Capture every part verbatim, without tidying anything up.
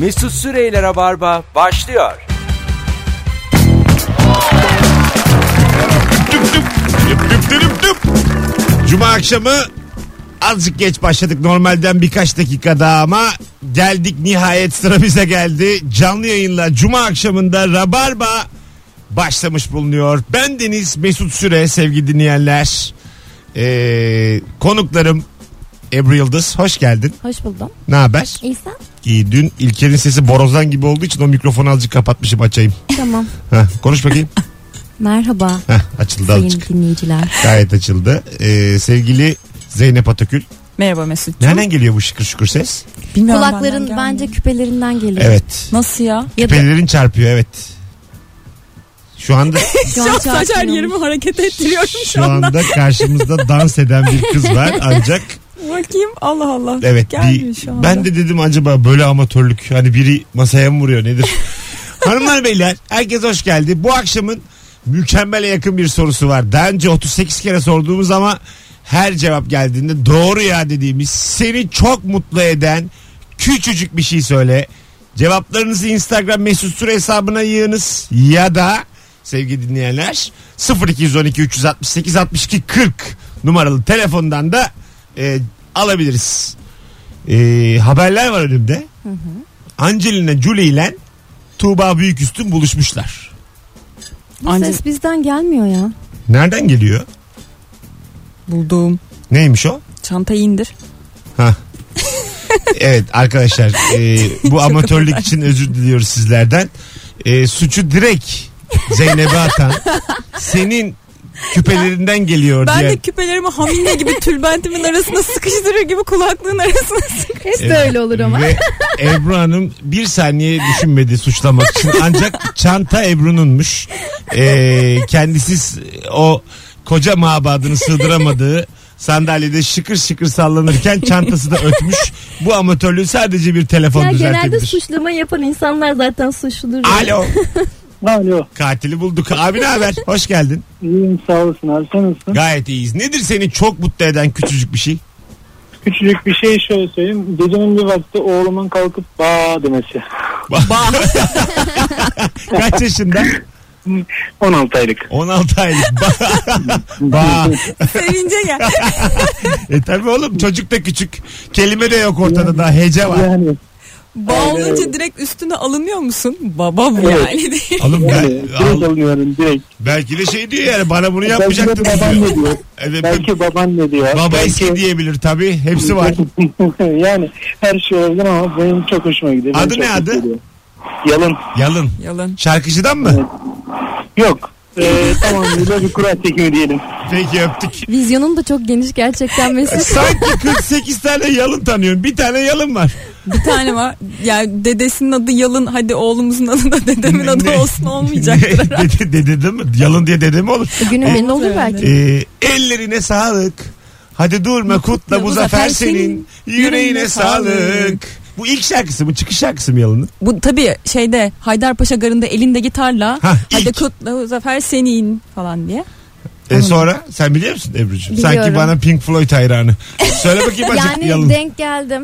Mesut Süreyler'e Barba başlıyor. Düp düp, düp düp düp düp. Cuma akşamı azıcık geç başladık normalden birkaç dakika daha ama geldik, nihayet sıra bize geldi. Canlı yayınla Cuma akşamında Rabarba başlamış bulunuyor. Ben Deniz Mesut Süre, sevgili dinleyenler. Ee, konuklarım Ebru Yıldız, hoş geldin. Hoş buldum. Ne haber? İyi sen? İyi. Dün İlker'in sesi borazan gibi olduğu için o mikrofonu azıcık kapatmışım, açayım. Tamam. Heh, konuş bakayım. Merhaba. Heh, açıldı sayın azıcık. dinleyiciler. Gayet açıldı. Ee, sevgili Zeynep Atakül. Merhaba Mesut'cum. Nereden geliyor bu şıkır şıkır ses? Bilmiyorum, Kulakların bence küpelerinden geliyor. Evet. Nasıl ya? Küpelerin çarpıyor, evet. Şu anda Şu an Çok saçar çarpmıyormuş. yerimi hareket ettiriyorum şu, şu anda. anda karşımızda dans eden bir kız var ancak Bakayım, Allah Allah. evet Gelmiyor bir, şu anda. ben de dedim acaba böyle amatörlük, hani biri masaya mı vuruyor nedir? Hanımlar beyler, herkes hoş geldi. Bu akşamın mükemmele yakın bir sorusu var. Daha önce otuz sekiz kere sorduğumuz ama her cevap geldiğinde doğru ya dediğimiz, seni çok mutlu eden küçücük bir şey söyle. Cevaplarınızı Instagram Mesut Süre hesabına yığınız ya da sevgili dinleyenler sıfır iki on iki üç altı sekiz altmış iki kırk numaralı telefondan da e, alabiliriz. E, haberler var önümde. Hı hı. Angelina Jolie ile Tuğba Büyüküstün buluşmuşlar. Bu Anca- ses bizden gelmiyor ya. Nereden geliyor? Buldum. Neymiş o? Çantayı indir. Ha. Evet arkadaşlar, e, bu amatörlük için özür diliyoruz sizlerden. E, suçu direkt Zeynep'e atan, senin küpelerinden geliyor Ben diye. de küpelerimi hamile gibi tülbentimin arasına sıkıştırır gibi kulaklığın arasına sıkıştırır. Hep de öyle olur ama. Ve Ebru Hanım bir saniye düşünmedi suçlamak için. Ancak çanta Ebru'nunmuş. Ee, kendisi o koca mabadını sığdıramadığı sandalyede şıkır şıkır sallanırken çantası da ötmüş. Bu amatörlüğü sadece bir telefon Ya genelde düzeltebilir. suçlama yapan insanlar zaten suçludur. Alo. Alo. Katili bulduk. Abi ne haber? Hoş geldin. İyiyim, sağ olasın abi, sen nasılsın? Gayet iyiyiz. Nedir seni çok mutlu eden küçücük bir şey? Küçücük bir şey şöyle söyleyeyim. Gecenin bir vakti oğlumun kalkıp ba demesi. Kaç yaşında? on altı aylık. on altı aylık. Ba. Sevince gel. E tabi oğlum, çocuk da küçük. Kelime de yok ortada, daha hece var. Yani Bağ Aynen olunca öyle. direkt üstüne alınıyor musun? Baba bu Evet. yani diye. Oğlum yani ben, direkt al, alıyorum direkt. belki de şey diyor yani, bana bunu Belki yapmayacaktın de baban diyor. ne diyor? Evet, Belki baban ne diyor? baba Belki... eski diyebilir tabi, hepsi var. Yani her şey olabilir ama benim çok hoşuma gidiyor. Adı Ben ne çok adı? mutlu ediyorum. Yalın. Yalın. Yalan. Şarkıcıdan mı? Evet. Yok. Ee, tamamıyla bir kura çekimi diyelim. Peki, öptük. Vizyonun da çok geniş gerçekten Mesut. Sanki kırk sekiz tane yalın tanıyorsun. Bir tane yalın var. Bir tane var. Yani dedesinin adı Yalın. Hadi oğlumuzun adı da dedemin adı Ne? olsun, olmayacaktır herhalde. Dede, dede değil mi? Yalın diye dede mi olur? Günün belli olur herhalde. belki. Ee, ellerine sağlık. Hadi durma, kutla, bu zafer senin. Yüreğine sağlık. Bu ilk şarkısı mı? Çıkış şarkısı mı Yalın'ın? Bu tabii şeyde Haydarpaşa Garı'nda elinde gitarla Hah, hadi ilk. kutla bu zafer senin falan diye. E sonra sen biliyor musun Ebru'cum? Biliyorum. Sanki bana Pink Floyd hayranı. Söyle bakayım azıcık Yani Yalın. denk geldim.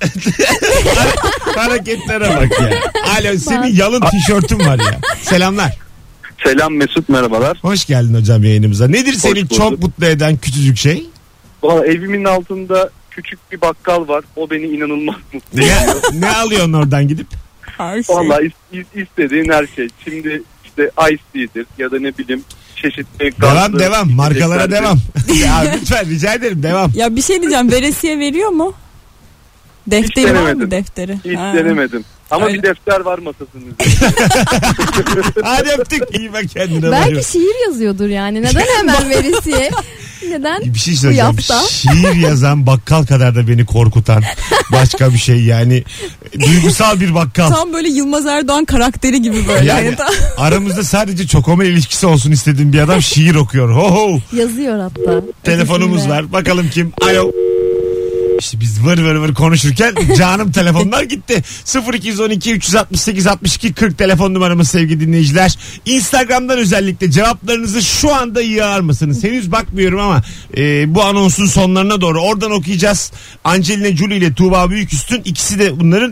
Hareketlere bak ya. Alo, senin Yalın tişörtün var ya. Selamlar. Selam Mesut, merhabalar. Hoş geldin hocam yayınımıza. Nedir seni bulduk. çok mutlu eden küçücük şey? Valla evimin altında küçük bir bakkal var. O beni inanılmaz mutlu Ne, ediyor. ne alıyorsun oradan gidip? Her şey. Valla is- is- istediğin her şey. Şimdi işte Ice Tea'dir ya da ne bileyim çeşitli Devam gazlı devam. Markalara içeceklerdir. devam. Ya lütfen rica ederim, devam. Ya bir şey diyeceğim, veresiye veriyor mu? Defteri var denemedim. mı defteri? Hiç Ha. denemedim. Ama Öyle. bir defter var masasının üzerinde. Hadi öptük. İyi bak kendine. Belki şiir yazıyordur yani. Neden hemen verisiye? Neden? Bir şey Bu söyleyeceğim. yapta. Şiir yazan bakkal kadar da beni korkutan başka bir şey yani. Duygusal bir bakkal. Tam böyle Yılmaz Erdoğan karakteri gibi böyle. Yani Yani tam- aramızda sadece çokomel ilişkisi olsun istediğim bir adam şiir okuyor. Ho ho. Yazıyor hatta. Telefonumuz Ötesinde. var. Bakalım kim? Alo. İşte biz vır vır vır konuşurken canım telefonlar gitti. sıfır iki on iki üç altı sekiz altmış iki kırk telefon numaramız sevgili dinleyiciler. Instagram'dan özellikle cevaplarınızı şu anda yığar mısınız? Henüz bakmıyorum ama e, bu anonsun sonlarına doğru oradan okuyacağız. Angelina Jolie ile Tuğba Büyüküstün, ikisi de bunların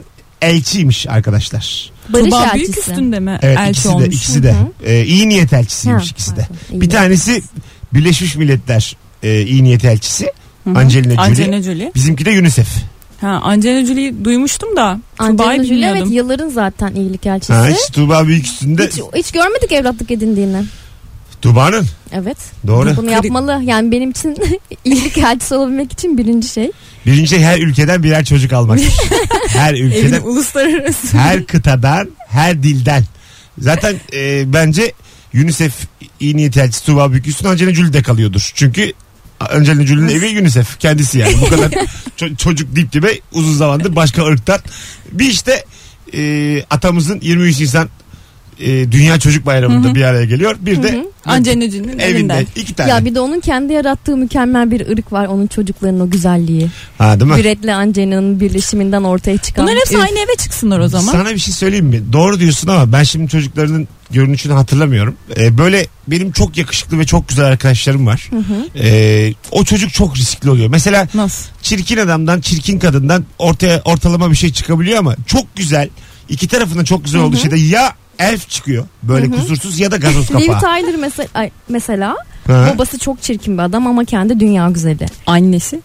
elçiymiş arkadaşlar. Barış Tuğba elçisi. büyük üstünde mi Evet, elçi ikisi de olmuş? ikisi de. Ee, iyi niyet elçisiymiş Ha, ikisi de. pardon, iyi Bir niyet tanesi elçisi. Birleşmiş Milletler e, iyi niyet elçisi. Hı hı. Angelina Jolie. Angelina Jolie. Bizimki de UNICEF. Ha, Angelina Jolie'yi duymuştum da Tuğba'yı Angelina Jolie evet bilmiyordum. yılların zaten iyilik elçisi. Ha, hiç Tuğba büyük üstünde. hiç, hiç görmedik evlatlık edindiğini. Tuğba'nın. Evet. Doğru. Bunu yapmalı. Yani benim için iyilik elçisi olabilmek için birinci şey. Birinci şey her ülkeden birer çocuk almak. Her Evin ülkeden, uluslararası. her kıtadan, her dilden. Zaten e, bence UNICEF iyi niyet elçisi Tuğba Büyüküstün Angelina Jolie'de kalıyordur. Çünkü Angelina Jolie'nin evi UNICEF kendisi yani. Bu kadar ço- çocuk dip dibe uzun zamandır başka ırktan. Bir işte e, atamızın yirmi üç Nisan e, Dünya Çocuk Bayramı'nda Hı hı. bir araya geliyor. Bir Hı de hı. Angelina Jolie'nin evinde evinden. iki tane. Ya bir de onun kendi yarattığı mükemmel bir ırk var. Onun çocuklarının o güzelliği. Ha, değil mi? Brett'le Angelina'nın birleşiminden ortaya çıkan. Bunlar hepsi ırk. aynı eve çıksınlar o zaman. Sana bir şey söyleyeyim mi? Doğru diyorsun ama ben şimdi çocuklarının görünüşünü hatırlamıyorum. Ee, böyle benim çok yakışıklı ve çok güzel arkadaşlarım var. Ee, o çocuk çok riskli oluyor. Mesela Nasıl? çirkin adamdan, çirkin kadından ortaya ortalama bir şey çıkabiliyor ama çok güzel. İki tarafında çok güzel olduğu şeyde ya elf çıkıyor böyle kusursuz ya da gazoz Liv kapağı. Tyler mesela, ay, mesela Ha. babası çok çirkin bir adam ama kendi dünya güzeli. Annesi.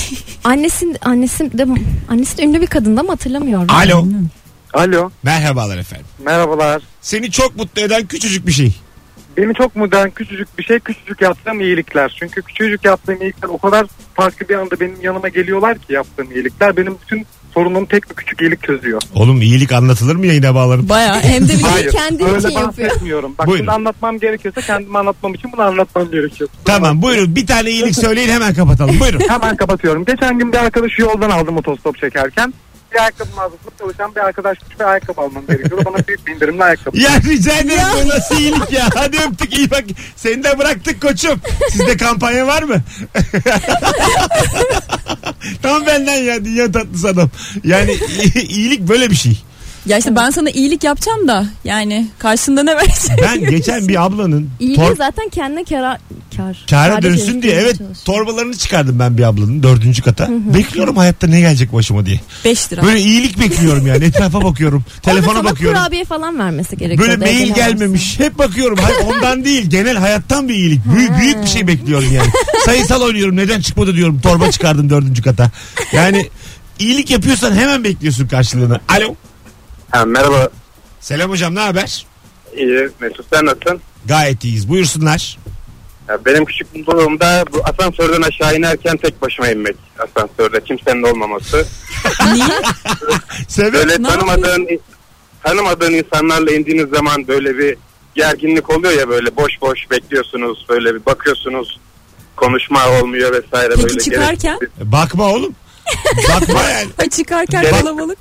Annesi annesi de annesi de ünlü bir kadın da mı hatırlamıyorum. Alo. Alo, Merhabalar efendim. merhabalar. Seni çok mutlu eden küçücük bir şey. Beni çok modern küçücük bir şey, küçücük yaptığım iyilikler. Çünkü küçücük yaptığım iyilikler o kadar farklı bir anda benim yanıma geliyorlar ki yaptığım iyilikler. Benim bütün sorunumu tek bir küçük iyilik çözüyor. Oğlum iyilik anlatılır mı yayına bağlanıp? Bayağı hem de bir Hayır. kendi öyle için yapıyor. bahsetmiyorum. Bak Buyurun. bunu anlatmam gerekiyorsa kendimi anlatmam için bunu anlatmam gerekiyor. Tamam buyurun bir tane iyilik söyleyin hemen kapatalım. Buyurun. Hemen kapatıyorum. Geçen gün bir arkadaşı yoldan aldım otostop çekerken. Bir ayakkabı mağazasında çalışan bir arkadaşmış ve ayakkabı almam gerekiyordu. Bana büyük bir indirimli ayakkabı. Ya rica ederim bu nasıl iyilik ya. Hadi öptük iyi bak. Seni de bıraktık koçum. Sizde kampanya var mı? Tam benden ya dünya tatlısı adam. Yani iyilik böyle bir şey. Ya işte ben sana iyilik yapacağım da yani karşında ne vereceğim? Ben geçen bir ablanın İyiliği tor- zaten kendine kara, kar. kâra kâra dönsün diye çevirmeye evet çalışıyor. torbalarını çıkardım ben bir ablanın dördüncü kata. Bekliyorum hayatta ne gelecek başıma diye. beş lira. Böyle iyilik bekliyorum yani etrafa bakıyorum. Telefona Orada sana bakıyorum. kurabiye falan vermesi gerekiyor. Böyle da mail evden gelmemiş. Hep bakıyorum. Hayır, ondan değil. Genel hayattan bir iyilik. Büyük, büyük bir şey bekliyorum yani. Sayısal oynuyorum. Neden çıkmadı diyorum. Torba çıkardım dördüncü kata. Yani iyilik yapıyorsan hemen bekliyorsun karşılığını. Alo. Ha, merhaba. Selam hocam ne haber? İyi. Mesut sen nasılsın? Gayet iyiyiz. Buyursunlar. Ya benim küçük mutluluğumda bu asansörden aşağı inerken tek başıma inmek. Asansörde kimsenin olmaması. Niye? Sebep? Böyle Ne tanımadığın tanımadığın insanlarla indiğiniz zaman böyle bir gerginlik oluyor ya, böyle boş boş bekliyorsunuz, böyle bir bakıyorsunuz, konuşma olmuyor vesaire. Peki böyle çıkarken? gereksiz- Bakma oğlum. Bakma yani. Ay çıkarken Evet. kalabalık.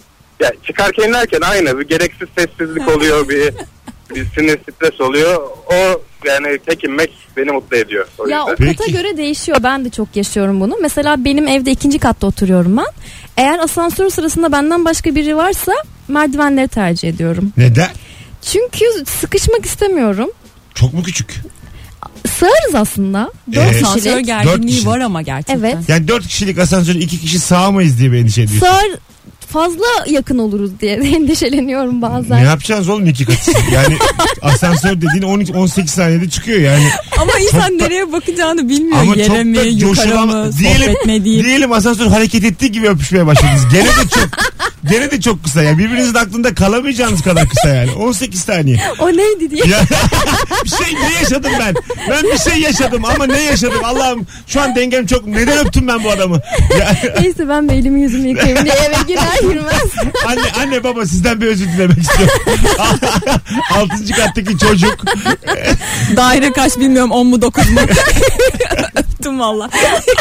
Ya çıkarken inerken aynı bir gereksiz sessizlik oluyor, bir bir sinir stres oluyor. O yani tek inmek beni mutlu ediyor. O Ya o yüzden. kata Peki. göre değişiyor. Ben de çok yaşıyorum bunu. Mesela benim evde ikinci katta oturuyorum ben. Eğer asansör sırasında benden başka biri varsa merdivenleri tercih ediyorum. Neden? Çünkü sıkışmak istemiyorum. Çok mu küçük? Sığarız aslında. Dört Evet. Asansör kişilik. Dört gerginliği kişi. var ama gerçekten. Evet. Yani dört kişilik asansörü iki kişi sığamayız diye mi endişe ediyorsun? Sığar fazla yakın oluruz diye endişeleniyorum bazen. Ne yapacağız oğlum iki katı? Yani asansör dediğin on iki on sekiz saniyede çıkıyor yani. Ama insan nereye bakacağını bilmiyor. Ama Yere çok mi, da yukarı coşulama. mı, Diyelim, sohbet mi değil. diyelim asansör hareket ettiği gibi öpüşmeye başladınız. Gene de çok gene de çok kısa yani. Birbirinizin aklında kalamayacağınız kadar kısa yani. on sekiz saniye. O neydi diye. Ya, bir şey ne yaşadım ben? Ben bir şey yaşadım ama ne yaşadım? Allah'ım şu an dengem çok. Neden öptüm ben bu adamı? Ya, Neyse ben bir elimi yüzümü yıkayayım diye eve girer girmez. anne anne baba sizden bir özür dilemek istiyorum. Altıncı kattaki çocuk. Daire kaç bilmiyorum, on mu dokuz mu? Öptüm valla.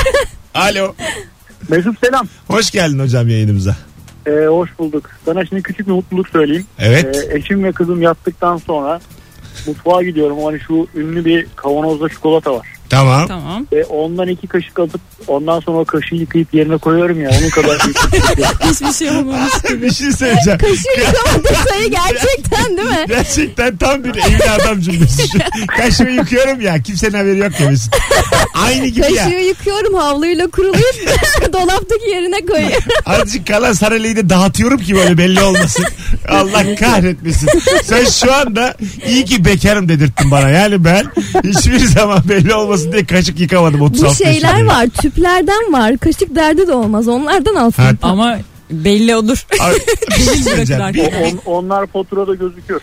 Alo. Mesut selam. Hoş geldin hocam yayınımıza. Ee, hoş bulduk. Sana şimdi küçük bir mutluluk söyleyeyim. Evet. Ee, eşim ve kızım yattıktan sonra mutfağa gidiyorum. Hani şu ünlü bir kavanozda çikolata var. Tamam. Tamam. E, ondan iki kaşık alıp ondan sonra o kaşığı yıkayıp yerine koyuyorum ya. Onun kadar büyük. Hiçbir şey olmamış gibi. Bir şey söyleyeceğim. Kaşığı yıkama detayı gerçekten değil mi? Gerçekten tam bir evli adam cümlesi. Kaşığı yıkıyorum ya, kimsenin haberi yok ya Mesut. Aynı gibi ya. Kaşığı yıkıyorum, havluyla kurulayıp dolaptaki yerine koyuyorum. Azıcık kalan sarılayı da dağıtıyorum ki böyle belli olmasın. Allah kahretmesin. Sen şu anda iyi ki bekarım dedirttin bana. Yani ben hiçbir zaman belli olmasın diye kaşık yıkamadım otuz Bu altı şeyler yaşındayım. var, tüplerden var. Kaşık derdi de olmaz. Onlardan alsın. Ha, Ama belli olur. Abi, bir şey söyleyeceğim. bırakır Bir, arkadaşlar. On, onlar faturada gözüküyor.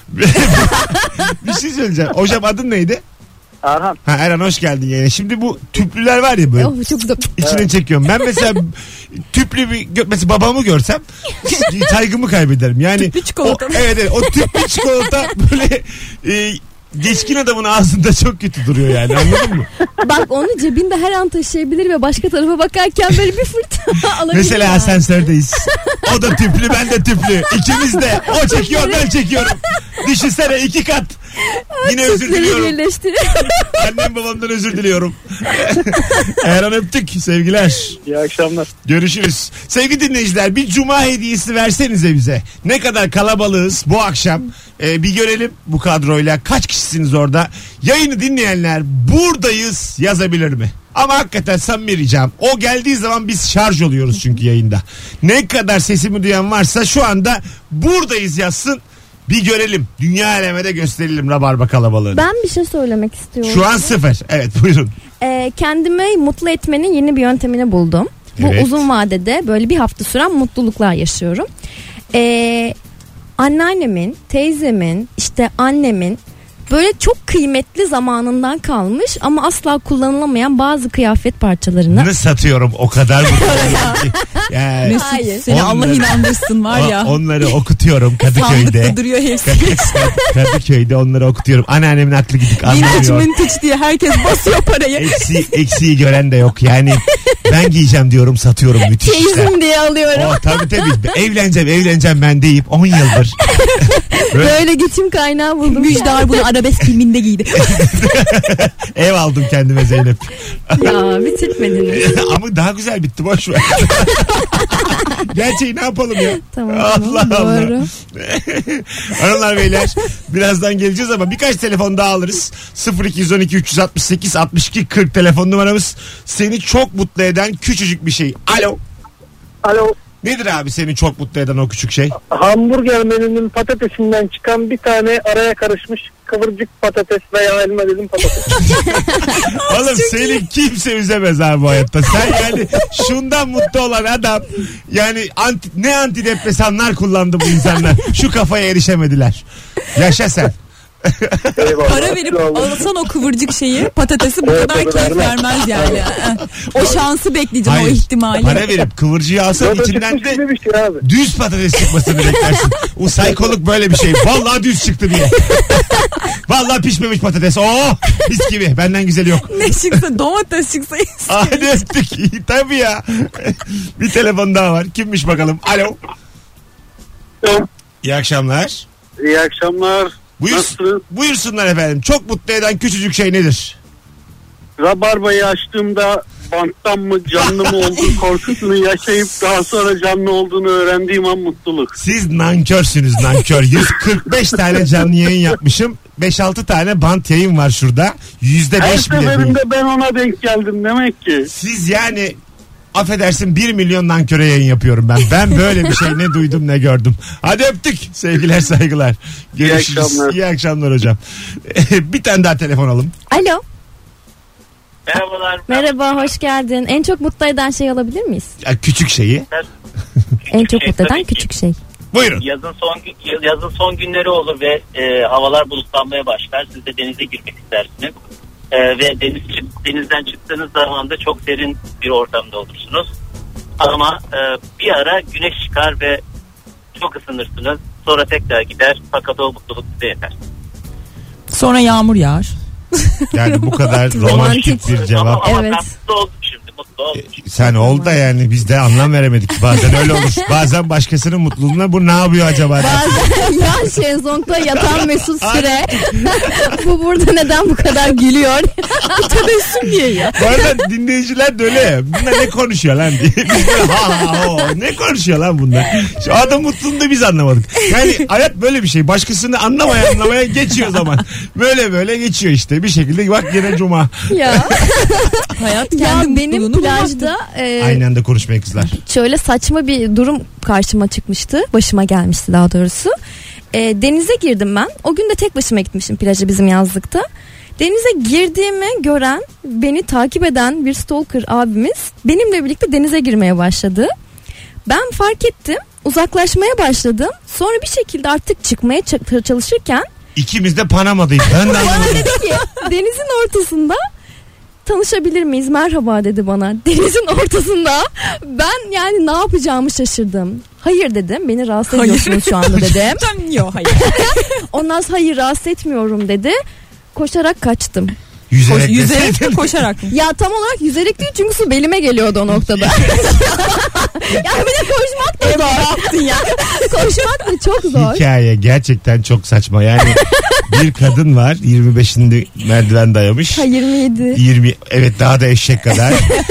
bir şey söyleyeceğim. Hocam adın neydi? Erhan. Ha, Eren hoş geldin yine. Şimdi bu tüplüler var ya böyle. Oh, çok güzel. İçine çekiyorum. Ben mesela tüplü bir gö- mesela babamı görsem saygımı kaybederim. Yani Tüplü çikolata. O, evet, evet o tüplü çikolata böyle e, geçkin adamın ağzında çok kötü duruyor yani, anladın mı? Bak onu cebinde her an taşıyabilir ve başka tarafa bakarken böyle bir fırtına alabilir. Mesela yani. asansördeyiz. O da tüplü, ben de tüplü. İkimiz de. O çekiyor, ben çekiyorum. Düşünsene, iki kat. Yine özür Tüpleri diliyorum. birleştir. Annem babamdan özür diliyorum. Erhan öptük. Sevgiler. İyi akşamlar. Görüşürüz. Sevgili dinleyiciler, bir cuma hediyesi versenize bize. Ne kadar kalabalığız bu akşam. Ee, bir görelim bu kadroyla. Kaç kişisiniz orada? Yayını dinleyenler buradayız yazabilir mi? Ama hakikaten samimi ricam. O geldiği zaman biz şarj oluyoruz çünkü yayında. Ne kadar sesimi duyan varsa şu anda buradayız yazsın. Bir görelim. Dünya aleme de gösterelim Rabarba kalabalığını. Ben bir şey söylemek istiyorum. Şu an sıfır. Evet, buyurun. Ee, kendimi mutlu etmenin yeni bir yöntemini buldum. Bu Evet. uzun vadede böyle bir hafta süren mutluluklar yaşıyorum. Ee, anneannemin, teyzemin, işte annemin böyle çok kıymetli zamanından kalmış ama asla kullanılamayan bazı kıyafet parçalarını Bunu satıyorum, o kadar mutluyum ki. Yani, Mesut Hayır. seni Allah Onları- inandırsın var o- ya. onları okutuyorum Kadıköy'de. Sandıkta duruyor hepsi. Kadıköy'de onları okutuyorum. Anneannemin aklı gidik Vintage anlamıyor. vintage diye herkes basıyor parayı. Eksi, eksiği gören de yok. Yani ben giyeceğim diyorum, satıyorum, müthiş işler. keyifim diye alıyorum. O tabii tabii. Evleneceğim evleneceğim ben deyip on yıldır. Böyle Böyle geçim kaynağı buldum. Müjdar bunu arabesk filminde giydi. ev aldım kendime Zeynep. Ya bitirtmediniz. Ama daha güzel bitti, boş ver. Gerçeği ne yapalım ya? Tamam, Allah tamam, Allah. doğru. Hanımlar beyler, birazdan geleceğiz ama birkaç telefon daha alırız. sıfır iki on iki üç altı sekiz altmış iki kırk telefon numaramız. Seni çok mutlu eden küçücük bir şey. Alo. Alo. Nedir abi seni çok mutlu eden o küçük şey? Hamburger menünün patatesinden çıkan bir tane araya karışmış kıvırcık patates veya elma dedim patates. Oğlum seni kimse üzemez abi bu hayatta. Sen yani şundan mutlu olan adam, yani anti, ne antidepresanlar kullandı bu insanlar. Şu kafaya erişemediler. Yaşa sen. Eyvallah. Para verip alsan o kıvırcık şeyi patatesi bu Evet, kadar tabii, keyif vermem. vermez yani. O şansı bekleyeceğim, o ihtimali. Para verip kıvırcığı alsan Zaten içinden çıkmış de gibi bir şey abi. düz patates çıkmasını beklersin. O saykoluk böyle bir şey. Vallahi düz çıktı diye. Vallahi pişmemiş patates. Oo, mis gibi. Benden güzeli yok. Ne çıksa, domates çıksa. Hadi öptük. İyi, tabii ya. Bir telefon daha var. Kimmiş bakalım? Alo. İyi akşamlar. İyi akşamlar. Buyur, Nasılsınız? buyursunlar efendim. Çok mutlu eden küçücük şey nedir? Rabarbayı açtığımda banttan mı canlı mı olduğu korkusunu yaşayıp daha sonra canlı olduğunu öğrendiğim an mutluluk. Siz nankörsünüz, nankör. yüz kırk beş tane canlı yayın yapmışım. beş altı tane bant yayın var şurada. yüzde Her beş bile değil. seferinde ben ona denk geldim demek ki. Siz yani affedersin bir milyon nanköre yayın yapıyorum ben. Ben böyle bir şey ne duydum ne gördüm. Hadi öptük. Sevgiler saygılar. Görüşürüz. İyi akşamlar. İyi akşamlar hocam. Bir tane daha telefon alalım. Alo. Merhabalar. Merhaba, hoş geldin. En çok mutlu eden şey alabilir miyiz? Ya, küçük şeyi. En çok şey mutlu eden tabii ki. küçük şey. Buyurun. Yazın son gün- yazın son günleri olur ve e, havalar bulutlanmaya başlar. Siz de denize girmek istersiniz. E, ve deniz çık- denizden çıktığınız zaman da çok serin bir ortamda olursunuz. Ama e, bir ara güneş çıkar ve çok ısınırsınız. Sonra tekrar gider. Fakat o mutluluk size yeter. Sonra yağmur yağar. Yani bu kadar romantik bir Ama, cevap. ama Evet. tatsız oldum şimdi. mutlu olmuş. E, sen ol da yani biz de anlam veremedik. Bazen öyle olur. Bazen başkasının mutluluğuna bu ne yapıyor acaba? Bazen yan şezlongda yatan Mesut Süre. Bu burada neden bu kadar gülüyor? Tebessüm diye ya. Bu arada dinleyiciler de öyle ya. Bunlar ne konuşuyor lan diye. Biz böyle ha ha o. Ne konuşuyor lan bunlar? Şu adam mutluluğunu da biz anlamadık. Yani hayat böyle bir şey. Başkasını anlamaya anlamaya geçiyor zaman. Böyle böyle geçiyor işte. Bir şekilde bak yine cuma. Ya. Hayat Ya kendi benim mutluluğunu plajda e, Aynı anda konuşmayın kızlar. şöyle saçma bir durum karşıma çıkmıştı. Başıma gelmişti daha doğrusu. E, denize girdim ben. O gün de tek başıma gitmişim plaja bizim yazlıkta. Denize girdiğimi gören, beni takip eden bir stalker abimiz benimle birlikte denize girmeye başladı. Ben fark ettim, uzaklaşmaya başladım. Sonra bir şekilde artık çıkmaya ç- çalışırken İkimiz de Panama'dayız. Ben de bana anlamadım. dedi ki denizin ortasında tanışabilir miyiz, merhaba dedi bana. Denizin ortasında ben yani ne yapacağımı şaşırdım. Hayır dedim, beni rahatsız ediyorsunuz şu anda dedim. Sen yok hayır. Ondan sonra hayır rahatsız etmiyorum dedi. Koşarak kaçtım. Yüzerek, Koş, yüzerek deseydin. mi koşarak mı? Ya tam olarak yüzerek değil çünkü su belime geliyordu o noktada. Yani bir de koşmak da zor. yaptın ya? Koşmak da çok zor. Hikaye gerçekten çok saçma. Yani bir kadın var yirmi beşinde merdiven dayamış. Ha yirmi yedi. yirmi evet daha da eşek kadar.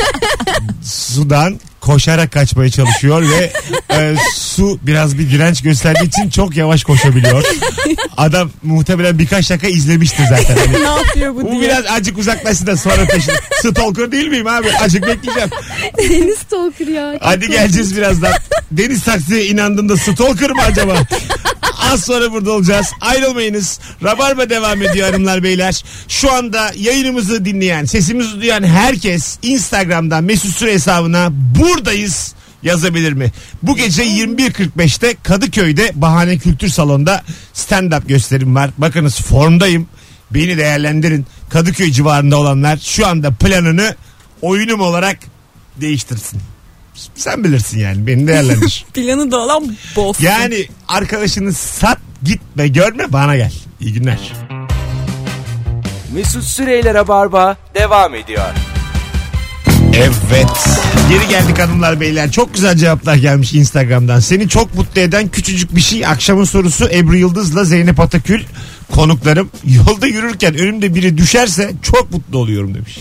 Sudan koşarak kaçmaya çalışıyor ve e, su biraz bir direnç gösterdiği için çok yavaş koşabiliyor. Adam muhtemelen birkaç dakika izlemiştir zaten. Hani, Ne yapıyor bu bu diye. biraz acık uzaklaşsın da sonra peşine. Stalker değil miyim abi? Acık bekleyeceğim. Deniz stalker ya. Çok Hadi geleceğiz birazdan. Deniz taksiye inandığında stalker mı acaba? Az sonra burada olacağız. Ayrılmayınız. Rabarba devam ediyor hanımlar beyler. Şu anda yayınımızı dinleyen, sesimizi duyan herkes Instagram'dan Mesut Süre hesabına buradayız yazabilir mi? Bu gece yirmi bir kırk beşte Kadıköy'de Bahane Kültür Salonu'nda stand-up gösterim var. Bakınız formdayım. Beni değerlendirin. Kadıköy civarında olanlar şu anda planını oyunum olarak değiştirsin. Sen bilirsin yani. Beni değerlendir. Planı da olan boss. Yani arkadaşını sat gitme görme bana gel. İyi günler. Mesut Süreyler'e barba devam ediyor. Evet. Geri geldik hanımlar beyler. Çok güzel cevaplar gelmiş Instagram'dan. Seni çok mutlu eden küçücük bir şey. Akşamın sorusu Ebru Yıldız'la Zeynep Atakül konuklarım. Yolda yürürken önümde biri düşerse çok mutlu oluyorum demiş.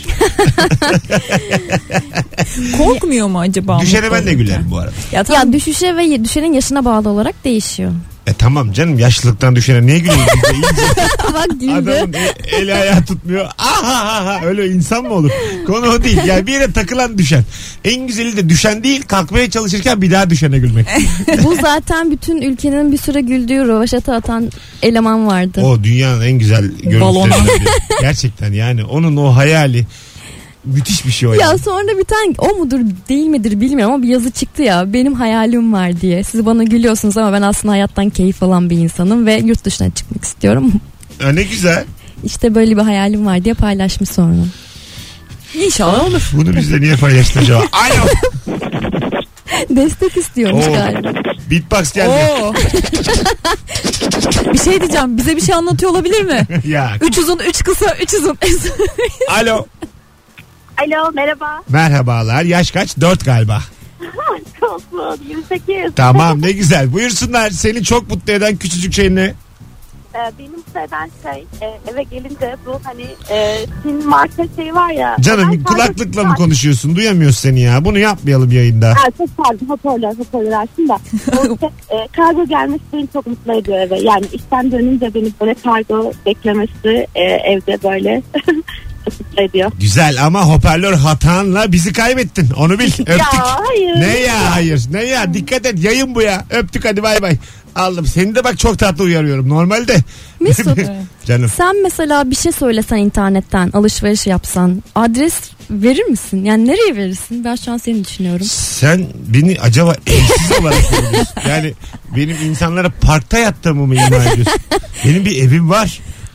Korkmuyor mu acaba? Düşene ben de mutluluktan? gülerim bu arada. Ya tamam. Ya düşüşe ve düşenin yaşına bağlı olarak değişiyor. E tamam canım yaşlılıktan düşene niye gülüyorsun? Biz de iyice Bak güldü. adamın e- eli ayağı tutmuyor. Aha, aha, öyle insan mı olur? Konu o değil. Yani bir yere takılan düşen. En güzeli de düşen değil kalkmaya çalışırken bir daha düşene gülmek. Bu zaten bütün ülkenin bir süre güldüğü rövaşata atan eleman vardı. O dünyanın en güzel Balona. görüntülerinden biri. Gerçekten yani onun o hayali müthiş bir şey o Ya yani. sonra bir tane o mudur değil midir bilmiyorum ama bir yazı çıktı ya benim hayalim var diye. Siz bana gülüyorsunuz ama ben aslında hayattan keyif alan bir insanım ve yurt dışına çıkmak istiyorum. Ha, ne güzel. İşte böyle bir hayalim var diye paylaşmış sonra. İnşallah olur. Bunu bizle niye paylaştın acaba? Alo. Destek istiyormuş Oo. galiba. Beatbox geldi. Oo. Bir şey diyeceğim. Bize bir şey anlatıyor olabilir mi? Ya. Üç uzun, üç kısa, üç uzun. Alo. Alo merhaba. Merhabalar. Yaş kaç? Dört galiba. Olsun yirmi sekiz. Tamam ne güzel. Buyursunlar. Seni çok mutlu eden küçücük şey ne? Ee, benim sevdiğim şey e, eve gelince bu hani e, Çin marka şey var ya. Canım Ben kulaklıkla sadece- mı konuşuyorsun? Duyamıyoruz seni ya. Bunu yapmayalım yayında. Ha, çok pardon hoparlör hoparlör açtım da. O işte, e, kargo gelmesi beni çok mutlu ediyor eve. Yani işten dönünce beni böyle kargo beklemesi e, evde böyle çok mutlu ediyor. Güzel ama hoparlör hatanla bizi kaybettin. Onu bil. Öptük. Ya hayır. Ne ya hayır. Ne ya dikkat et yayın bu ya. Öptük hadi bay bay. Aldım. Seni de bak çok tatlı uyarıyorum. Normalde. Mesut Canım. sen mesela bir şey söylesen internetten alışveriş yapsan adres verir misin? Yani nereye verirsin? Ben şu an seni düşünüyorum. Sen beni acaba evsiz olarak mı biliyorsun? Yani benim insanlara parkta yattığımı mı ima ediyorsun? Benim bir evim var.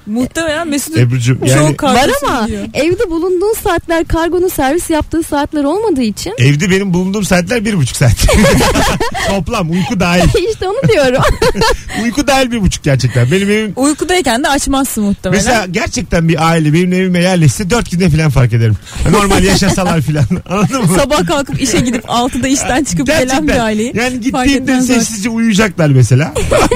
Muhtemelen Mesut Ebru'cum yani çok Var kargosu ama gidiyor. evde bulunduğun saatler kargonun servis yaptığı saatler olmadığı için evde benim bulunduğum saatler bir buçuk saat. Toplam uyku dahil. işte onu diyorum. Uyku dahil bir buçuk gerçekten. Benim evim Uykudayken de açmazsın muhtemelen. mesela gerçekten bir aile benim evime yerleşse dört günde falan fark ederim. Normal yaşasalar falan. Anladın mı? Sabah kalkıp işe gidip altıda işten çıkıp gelen bir aileyi. Yani fark gittiğimde etmez zor. sessizce uyuyacaklar mesela.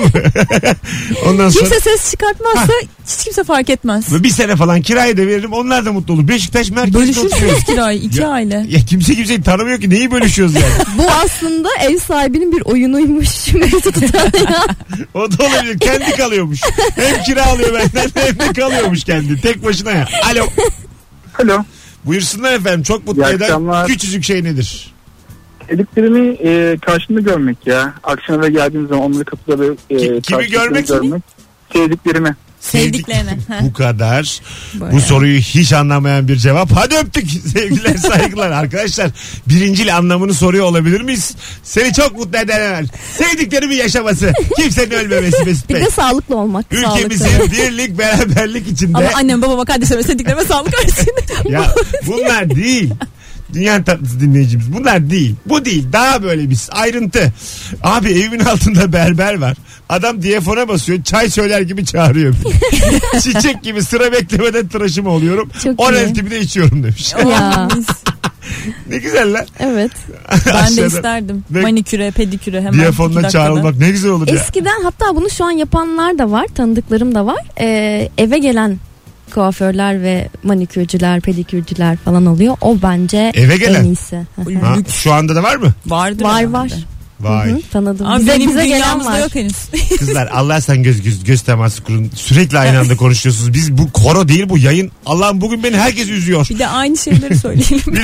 Ondan sonra Kimse ses çıkartmazsa hiç kimse fark etmez. bir sene falan kirayı da veririm. Onlar da mutlu olur. Beşiktaş merkezde oturuyoruz. Bölüşürsünüz kirayı iki Ya- aile. Ya kimse kimseyi tanımıyor ki. Neyi bölüşüyoruz yani? Bu aslında ev sahibinin bir oyunuymuş. Mesut'u tanıyor. O da olabilir. Kendi kalıyormuş. Hem kira alıyor benden hem de kalıyormuş kendi. Tek başına ya. Alo. Alo. Buyursunlar efendim. Çok mutlu İyi eden akşamlar. küçücük şey nedir? Sevdiklerimi e, karşımda görmek ya. Akşam eve geldiğim zaman onları kapıda böyle e, Ki- kimi karşılıklı görmek? Sevdiklerimi. Sevdiklerine. Sevdik- Bu kadar. Bayağı. Bu soruyu hiç anlamayan bir cevap. Hadi öptük. Sevgiler saygılar. Arkadaşlar birincil anlamını soruyor olabilir miyiz? Seni çok mutlu eden hemen. Sevdiklerimi yaşaması. Kimsenin ölmemesi Mesut Bir Bey. de sağlıklı olmak. Ülkemizin birlik beraberlik içinde. Ama annem babama kardeşlerime sevdiklerime sağlık versin. Ya bunlar değil. Dünyanın tatlısı dinleyicimiz. Bunlar değil. Bu değil. Daha böyle bir ayrıntı. Abi evimin altında berber var. Adam diyafona basıyor. Çay söyler gibi çağırıyor. Çiçek gibi sıra beklemeden tıraşım oluyorum. Çok O iyi. rentimi de içiyorum demiş. Ya. Ne güzel lan. Evet. Ben de Aşağıda isterdim. Ve- Maniküre, pediküre hemen. iki Diyafondan dakikada. çağrılmak ne güzel olur ya. Eskiden hatta bunu şu an yapanlar da var. Tanıdıklarım da var. Ee, eve gelen kuaförler ve manikürcüler, pedikürcüler falan oluyor. O bence Eve gelen? en iyisi. Hı hı. Ha, şu anda da var mı? Vardır var herhalde. var. Vay. Hı hı, tanıdım. Ama bize benim bize gelen dünyamızda var. yok henüz. Kızlar Allah sen göz göz göz teması kurun. Sürekli aynı anda konuşuyorsunuz. Biz bu koro değil bu yayın. Allah'ım bugün beni herkes üzüyor. Bir de aynı şeyleri söyleyelim.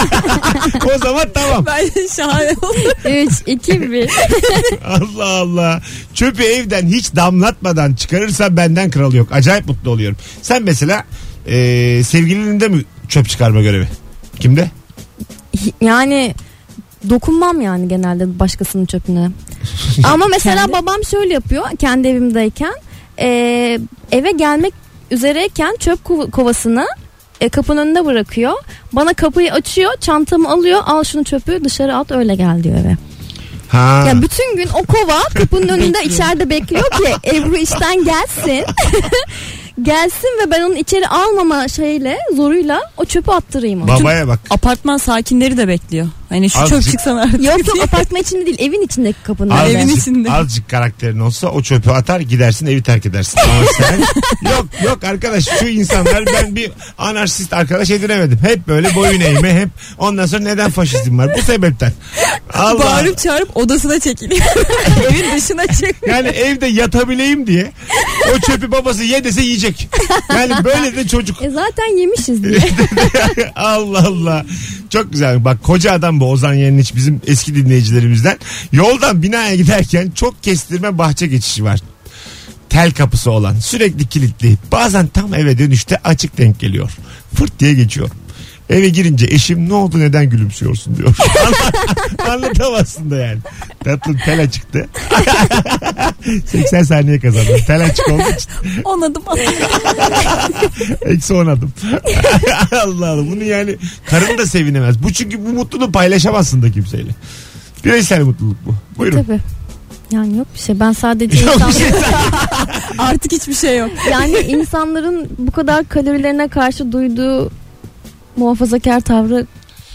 O zaman tamam. Bence şahane olur. üç, iki, bir. Allah Allah. Çöpü evden hiç damlatmadan çıkarırsan benden kralı yok. Acayip mutlu oluyorum. Sen mesela e, sevgilinin mi çöp çıkarma görevi? Kimde? Yani dokunmam yani genelde başkasının çöpüne. Ama mesela Kendi? babam şöyle yapıyor kendi evimdeyken. E, eve gelmek üzereyken çöp kov- kovasını e, kapının önünde bırakıyor. Bana kapıyı açıyor, çantamı alıyor. Al şunu çöpü dışarı at öyle gel diyor eve. Ha. Ya bütün gün o kova kapının önünde içeride bekliyor ki Ebru işten gelsin. Gelsin ve ben onun içeri almama şeyle zoruyla o çöpü attırayım ona. Babaya bak. Apartman sakinleri de bekliyor. Hani şu Azıcık- çöp çıksana artık. Yok yok apartman içinde değil evin içindeki kapının önünde. Evin içinde. azıcık karakterin olsa o çöpü atar gidersin evi terk edersin. Ama sen yok yok arkadaş şu insanlar ben bir anarşist arkadaş edinemedim. Hep böyle boyun eğme hep ondan sonra neden faşizm var bu sebepten. Allah. Bağırıp çağırıp odasına çekiliyor. Evin dışına çık. Yani evde yatabileyim diye o çöpü babası ye dese yiyecek. Yani böyle de çocuk. E zaten yemişiz diye. Allah Allah. Çok güzel. Bak koca adam bu Ozan Yeniç bizim eski dinleyicilerimizden. Yoldan binaya giderken çok kestirme bahçe geçişi var. Tel kapısı olan sürekli kilitli. Bazen tam eve dönüşte açık denk geliyor. Fırt diye geçiyor. Eve girince eşim ne oldu neden gülümsüyorsun diyor. Anlatamazsın da yani. Tatlım tel açıktı. seksen saniye kazandım. Tel açık olduğu için. On adım at. Eksi on adım. Allah Allah. Bunu yani karın da sevinemez. Bu çünkü bu mutluluğu paylaşamazsın da kimseyle. Bireysel mutluluk bu. Buyurun. Tabii. Yani yok bir şey. Ben sadece Yok bir insan, şey. Artık hiçbir şey yok. yani insanların bu kadar kalorilerine karşı duyduğu muhafazakar tavrı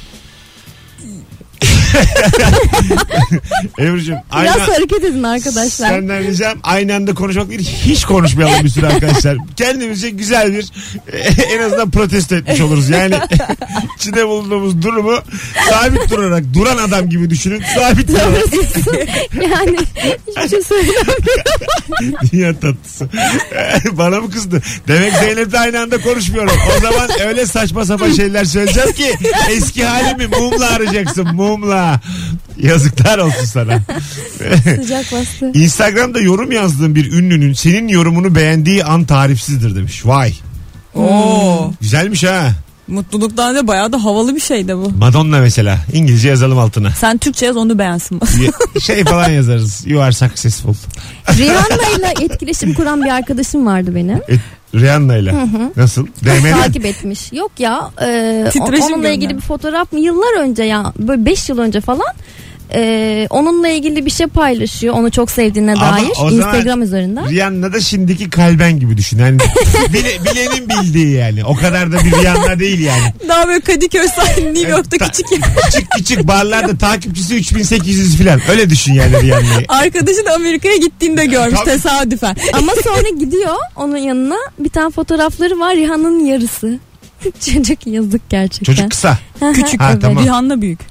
Ebru'cum biraz aynı, hareket edin arkadaşlar. senden ricam aynı anda konuşmak değil. Hiç konuşmayalım bir süre arkadaşlar. Kendimize güzel bir en azından protesto etmiş oluruz. Yani içinde bulunduğumuz durumu sabit durarak duran adam gibi düşünün. Sabit durarak. Yani hiçbir şey söylemiyorum. Dünya tatlısı. Bana mı kızdı? Demek Zeynep'le aynı anda konuşmuyorum. O zaman öyle saçma sapan şeyler söyleyeceğim ki eski halimi mumla arayacaksın. Mumla. Yazıklar olsun sana. Sıcak bastı. Instagram'da yorum yazdığın bir ünlünün senin yorumunu beğendiği an tarifsizdir demiş. Vay. Oo. Güzelmiş ha. Mutluluktan da bayağı da havalı bir şey de bu. Madonna mesela. İngilizce yazalım altına. Sen Türkçe yaz, onu beğensin. Şey falan yazarız. You are successful. Rihanna'yla etkileşim kuran bir arkadaşım vardı benim. E, Rihanna'yla. Nasıl? D M'den. Takip etmiş. Yok ya. E, Titreşim onunla gönder. ilgili bir fotoğraf mı? Yıllar önce ya. Böyle beş yıl önce falan. Ee, onunla ilgili bir şey paylaşıyor. Onu çok sevdiğine Ama dair. o zaman Instagram üzerinden. Rihanna da şimdiki Kalben gibi düşün. Yani bile, bilenin bildiği yani. O kadar da bir Rihanna değil yani. Daha böyle Kadıköy sahili, New York'ta Ta- küçük yer. Küçük küçük barlarda takipçisi üç bin sekiz yüz falan. Öyle düşün yani Rihanna'yı. Arkadaşı da Amerika'ya gittiğinde görmüş Tabii. tesadüfen. Ama sonra gidiyor onun yanına. Bir tane fotoğrafları var. Rihanna'nın yarısı. Çocuk yazık gerçekten. Çocuk kısa. Küçük. Ha, tamam. Rihanna büyük.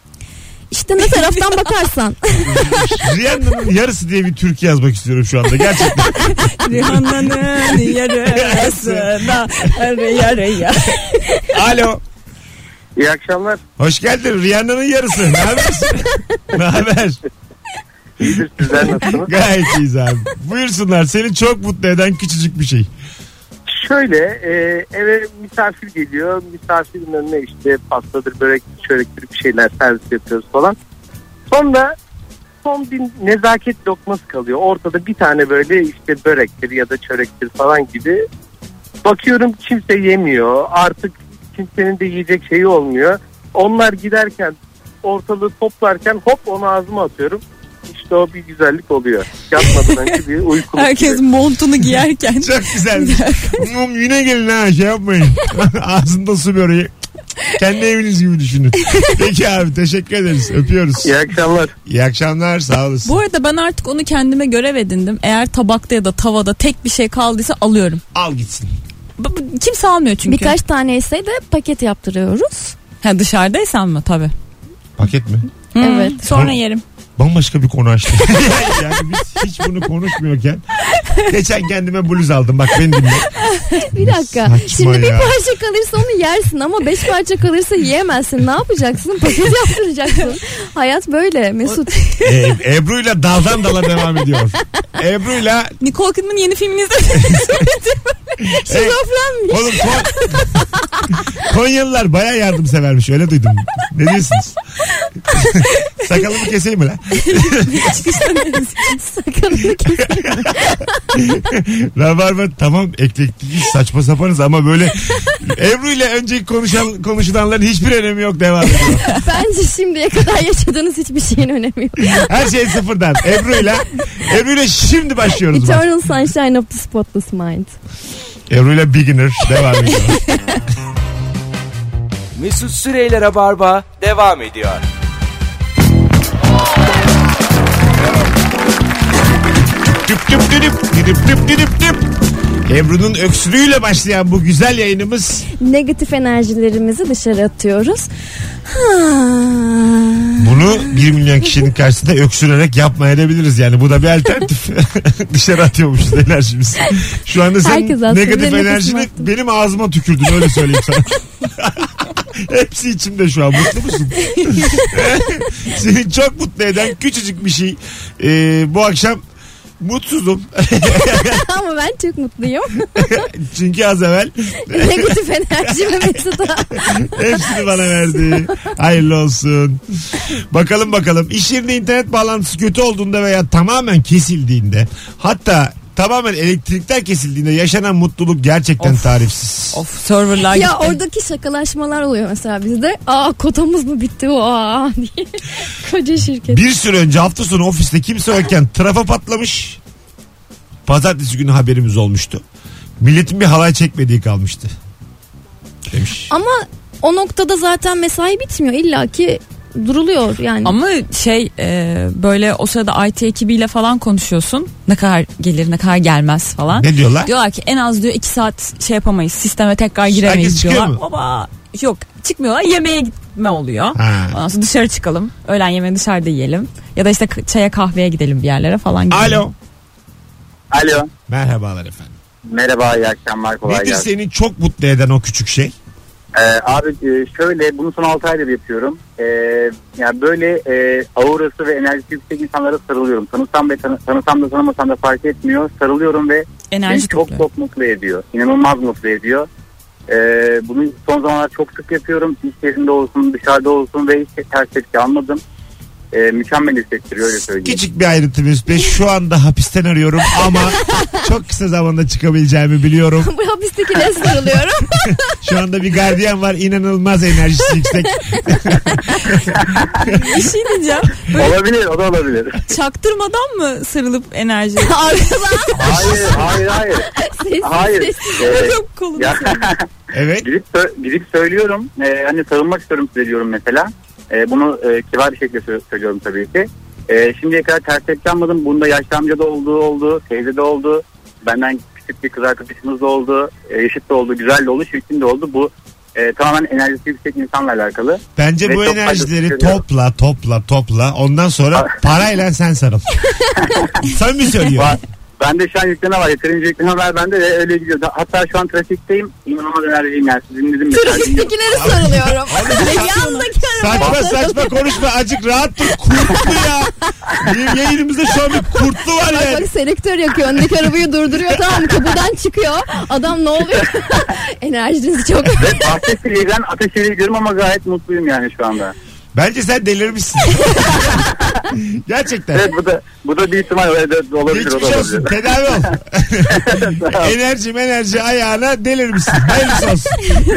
İşte ne taraftan bakarsan. Rihanna'nın yarısı diye bir türkü yazmak istiyorum şu anda. Gerçekten. Rihanna'nın yarısına yarı. Alo. İyi akşamlar. Hoş geldin. Rihanna'nın yarısı. Ne haber? Ne haber? İyidir, sizler nasılsınız? Gayet iyiyiz abi. Buyursunlar. Seni çok mutlu eden küçücük bir şey. Şöyle e, eve misafir geliyor. Misafirin önüne işte pastadır, börektir, çörektir bir şeyler servis yapıyoruz falan. Sonra son bir nezaket lokması kalıyor. Ortada bir tane böyle işte börektir ya da çörektir falan gibi. Bakıyorum kimse yemiyor. Artık kimsenin de yiyecek şeyi olmuyor. Onlar giderken ortalığı toplarken hop onu ağzıma atıyorum. İşte o bir güzellik oluyor. Yatmadan önce bir uykuluk. Herkes montunu giyerken. Çok güzel. Mum yine gelin ha, şey yapmayın. Ağzında su böreği. Kendi eviniz gibi düşünün. Peki abi, teşekkür ederiz. Öpüyoruz. İyi akşamlar. İyi akşamlar, sağ olasın. Bu arada ben artık onu kendime görev edindim. Eğer tabakta ya da tavada tek bir şey kaldıysa alıyorum. Al gitsin. B- b- Kimse almıyor çünkü. Birkaç tane ise de paket yaptırıyoruz. Ha, dışarıdaysan mı? Tabii. Paket mi? Hmm, Evet. Sonra Tamam. yerim. Bambaşka bir konu açtık. Yani biz hiç bunu konuşmuyorken geçen kendime bluz aldım. Bak beni dinle. Bir dakika. Saçma Şimdi bir ya. parça kalırsa onu yersin ama beş parça kalırsa yiyemezsin. Ne yapacaksın? Paket yaptıracaksın. Hayat böyle Mesut. Ee, Ebru'yla daldan dala devam ediyor. Ebru'yla Nicole Kidman'ın yeni filmini izledim. Şizofren mi? oğlum Kon... Konyalılar bayağı yardımsevermiş, öyle duydum. Ne diyorsunuz? Sakalımı keseyim mi lan? Sakalını kesin. Rabarba tamam, eklektik saçma sapanız ama böyle Ebru ile önceki konuşan, konuşulanların hiçbir önemi yok, devam ediyor. Bence şimdiye kadar yaşadığınız hiçbir şeyin önemi yok. Her şey sıfırdan. Ebru ile Ebru ile şimdi başlıyoruz. Bak. Eternal Sunshine of the Spotless Mind. Ebru ile Beginner devam ediyor. Mesut Süreyler'e barba devam ediyor. Düp düp düdüp, düdüp düp düdüp düp. Ebru'nun öksürüğüyle başlayan bu güzel yayınımız. Negatif enerjilerimizi dışarı atıyoruz. Bunu bir milyon kişinin karşısında öksürerek yapmayabiliriz yani. Bu da bir alternatif. Dışarı atıyormuşuz enerjimizi. Şu anda sen Herkes aslında negatif nefesini enerjini attı. benim ağzıma tükürdün, öyle söyleyeyim sana. Hepsi içimde şu an. Mutlu musun? Seni çok mutlu eden küçücük bir şey. Ee, bu akşam mutsuzum. Ama ben çok mutluyum. Çünkü az evvel Negatif enerjimi Mesut'a. hepsini bana verdi. Hayırlı olsun. Bakalım bakalım. İş yerinde internet bağlantısı kötü olduğunda veya tamamen kesildiğinde, hatta tamamen elektrikler kesildiğinde yaşanan mutluluk gerçekten Of. tarifsiz. Of, serverlar Ya gitti. oradaki şakalaşmalar oluyor mesela bizde. Aa kotamız mı bitti o aa diye. Koca şirket. Bir süre önce hafta sonu ofiste kimse yokken trafo patlamış. Pazartesi günü haberimiz olmuştu. Milletin bir halay çekmediği kalmıştı. Demiş. Ama o noktada zaten mesai bitmiyor. İlla ki duruluyor yani. Ama şey e, böyle o sırada I T ekibiyle falan konuşuyorsun. Ne kadar gelir, ne kadar gelmez falan. Ne diyorlar? Diyorlar ki en az diyor iki saat şey yapamayız. Sisteme tekrar Herkes giremeyiz çıkıyor diyorlar. mu? Baba yok, çıkmıyorlar. Yemeğe gitme oluyor. Ha. Ondan sonra dışarı çıkalım. Öğlen yemeği dışarıda yiyelim. Ya da işte k- çaya kahveye gidelim bir yerlere falan gidelim. Alo. Alo. Merhabalar efendim. Merhaba, iyi akşamlar, kolay Nedir gelsin. seni çok mutlu eden o küçük şey? Ee, abi e, şöyle, bunu son altı aydır yapıyorum. Ee, yani böyle e, aurası ve enerjisi yüksek insanlara sarılıyorum. Tanısam ve tanı, tanısam da tanımasam da fark etmiyor. Sarılıyorum ve Enerji beni çok topluyor. çok mutlu ediyor. İnanılmaz mutlu ediyor. Ee, bunu son zamanlar çok sık yapıyorum. İş yerinde olsun, dışarıda olsun ve hiç ters tepki almadım. Ee, mükemmel hissettiriyor, öyle söyleyeyim. Küçük bir ayrıntı Mesut Bey. Şu anda hapisten arıyorum ama çok kısa zamanda çıkabileceğimi biliyorum. Bu hapistekine sarılıyorum. Şu anda bir gardiyan var. İnanılmaz enerjisi yüksek. Bir şey diyeceğim. Böyle Olabilir, o da olabilir. çaktırmadan mı sarılıp enerji? Arkadan Hayır, hayır, hayır. sessiz Hayır. sessiz. Ee, Çok kolunu ya, Evet. gidip, sö- gidip söylüyorum. Ee, hani sarılmak istiyorum size diyorum mesela. Ee, bunu e, kibar bir şekilde sö- söylüyorum tabii ki. Ee, şimdiye kadar ters tepki almadım. Bunda yaşlı amca da olduğu oldu. Teyze de oldu. Benden küçük bir kız arkadaşımız da oldu. E, eşit de oldu. Güzel de oldu. Çirkin de oldu. Bu e, tamamen enerjisi yüksek insanla alakalı. Bence Ve bu çok enerjileri faydası görüyorum. topla topla topla. Ondan sonra parayla sen sarıl. Samimi söylüyorum. Var. Bende şu an yükleme var. Yeterince yükleme var bende ve öyle gidiyor. Hatta şu an trafikteyim. İnanılmaz enerjiyim yani. Sizin dedim. Trafiktekileri sarılıyorum. Yandaki Saçma arabada saçma konuşma. Azıcık rahat dur. Kurtlu ya. Bir yayınımızda şu an bir kurtlu var Bak yani. bak selektör yakıyor. Öndeki arabayı durduruyor. Tamam kapıdan çıkıyor. Adam ne oluyor? Enerjiniz çok. Ve Bahçeşehir'den Ateşehir'e gidiyorum ama gayet mutluyum yani şu anda. Bence sen delirmişsin. Gerçekten. Evet, bu da bu da bir ihtimal evet, olabilir. Geçmiş o da olsun. olabilir. Tedavi ol. enerji enerji ayağına delirmişsin. Hayırlısı olsun.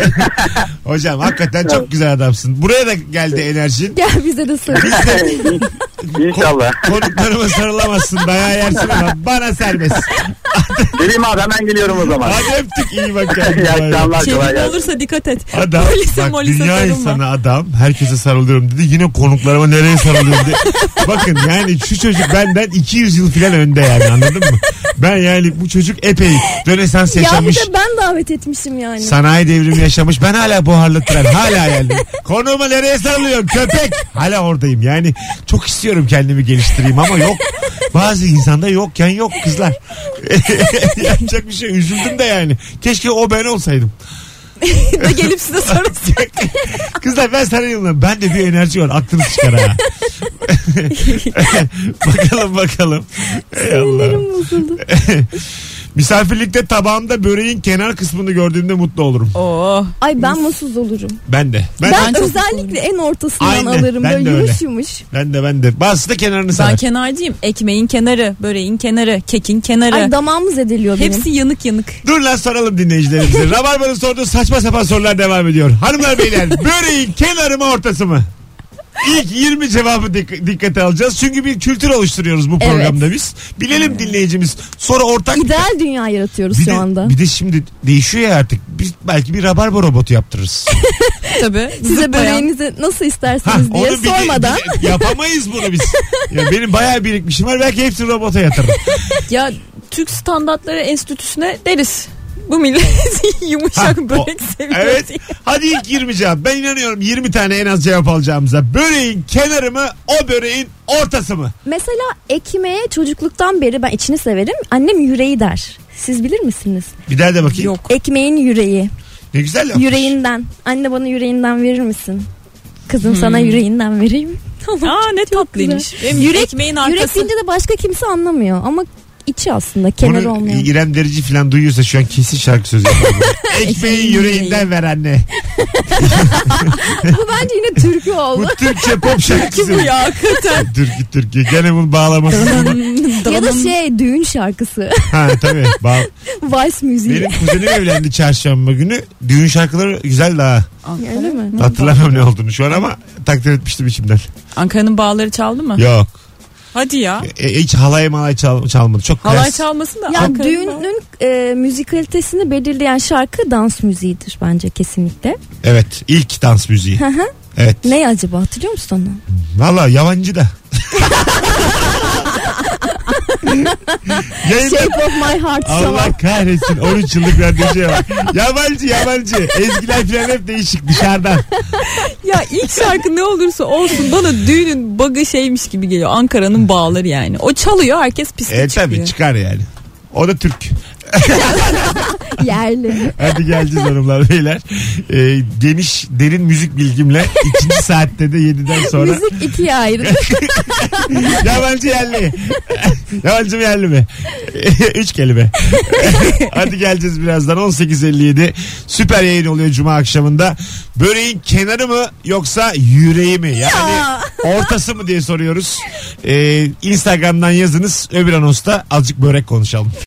Hocam hakikaten çok güzel adamsın. Buraya da geldi enerjin. Gel bize de sarıl. İnşallah. Konuklarıma sarılamazsın. Dayağı yersin ama bana serbest. Geleyim abi, hemen geliyorum o zaman. Hadi öptük, iyi bak İyi kendine. akşamlar. Çevik kolay gelsin. olursa dikkat et. Adam Polise bak molise dünya sarılma. insanı adam herkese sarılıyorum dedi. Yine konuklarıma nereye sarılıyorum dedi. Bakın yani şu çocuk benden iki yüz yıl falan önde yani, anladın mı? Ben yani bu çocuk epey Rönesans Ya bir yaşamış. de ben davet etmişim yani. Sanayi devrimi yaşamış. Ben hala buharlı tren. Hala geldim. Konuğuma nereye sarılıyorsun köpek? Hala oradayım. Yani çok istiyorum kendimi geliştireyim ama yok. Bazı insanda yokken yok kızlar. Yapacak bir şey. Üzüldüm de yani. Keşke o ben olsaydım. Da gelip size sarılsın. Kızlar ben sarılayım. Ben de bir enerji var. Aklınız çıkar ha. bakalım bakalım. Ey Allah. Sinirlerim bozuldu. Misafirlikte tabağımda böreğin kenar kısmını gördüğümde mutlu olurum. Oo. Ay ben mutsuz olurum. Ben de. Ben, Ben, de. çok özellikle en ortasından Aynen, alırım. ben Böyle de öyle. yumuş yumuş. Ben de ben de. Bazısı da kenarını Ben sever. kenarcıyım. Ekmeğin kenarı, böreğin kenarı, kekin kenarı. Ay damağımız ediliyor benim. Hepsi yanık yanık. Dur lan soralım dinleyicilerimize. Rabarba'nın sorduğu saçma sapan sorular devam ediyor. Hanımlar beyler, böreğin kenarı mı ortası mı? İlk yirmi cevabı dik- dikkate alacağız. Çünkü bir kültür oluşturuyoruz bu Evet. programda biz. Bilelim dinleyicimiz. Sonra ortak... İdeal dünya yaratıyoruz Bir şu de, anda. bir de şimdi değişiyor ya artık. Biz belki bir rabarba robotu yaptırırız. Tabii. Size Zıplayan. böreğinizi nasıl Ha, isterseniz diye onu bir de- sormadan. bir de yapamayız bunu biz. Ya benim bayağı birikmişim var. Belki hepsini robota yatırırım. Ya Türk Standartları Enstitüsü'ne deriz. Bu millet yumuşak Ha, o- börek seviyor Evet. diye. Hadi ilk yirmi cevap. Ben inanıyorum yirmi tane en az cevap alacağımıza. Böreğin kenarı mı, o böreğin ortası mı? Mesela ekmeğe çocukluktan beri ben içini severim. Annem yüreği der. Siz bilir misiniz? Bir daha da bakayım. Yok. Ekmeğin yüreği. Ne güzel yapmış. Yüreğinden. Anne bana yüreğinden verir misin? Kızım sana yüreğinden vereyim. Aa ne tatlıymış. Benim Yürek, ekmeğin yürek arkası. deyince de başka kimse anlamıyor. Ama içi aslında kenarı Bunu olmuyor. İrem Derici falan duyuyorsa şu an kesin şarkı sözü yapar. Ekmeği yüreğinden ver anne. Bu bence yine türkü Bu oldu. Türkçe pop şarkısı. Bu ya hakikaten. Türkü Türkü. Gene bunu bağlaması. Ya da şey düğün şarkısı. Ha tabii. Bağ... Vals müziği. Benim kuzenim evlendi çarşamba günü. Düğün şarkıları güzel daha. Öyle mi? Hatırlamam ne olduğunu şu an ama takdir etmiştim içimden. Ankara'nın bağları çaldı mı? Yok. Hadi ya. E, hiç halay malay çal, çalmadı. Çok Halay klas. çalmasın da Ya Ankara'nın bağı- düğünün e, müzikalitesini belirleyen şarkı dans müziğidir bence kesinlikle. Evet. İlk dans müziği. Hı hı. Evet. Ne acaba hatırlıyor musun onu? Valla yabancı da. Yayında... Shape of my heart Allah sabah. kahretsin on üç yıllık radyocuya bak. Yabancı yabancı. Ezgiler falan hep değişik dışarıdan. Ya ilk şarkı ne olursa olsun bana düğünün bug'ı şeymiş gibi geliyor. Ankara'nın bağları yani. O çalıyor herkes piste E çıkıyor. tabi çıkar yani. O da Türk. Yerli. Hadi geleceğiz hanımlar beyler. Ee, geniş derin müzik bilgimle ikinci saatte de yediden sonra. Müzik ikiye ayrı. Yabancı yerli. Yabancı mı yerli mi? Üç kelime. Hadi geleceğiz birazdan. on sekiz elli yedi süper yayın oluyor Cuma akşamında. Böreğin kenarı mı yoksa yüreği mi? Yani Ya. ortası mı diye soruyoruz. Ee, Instagram'dan yazınız. Öbür anonsta azıcık börek konuşalım.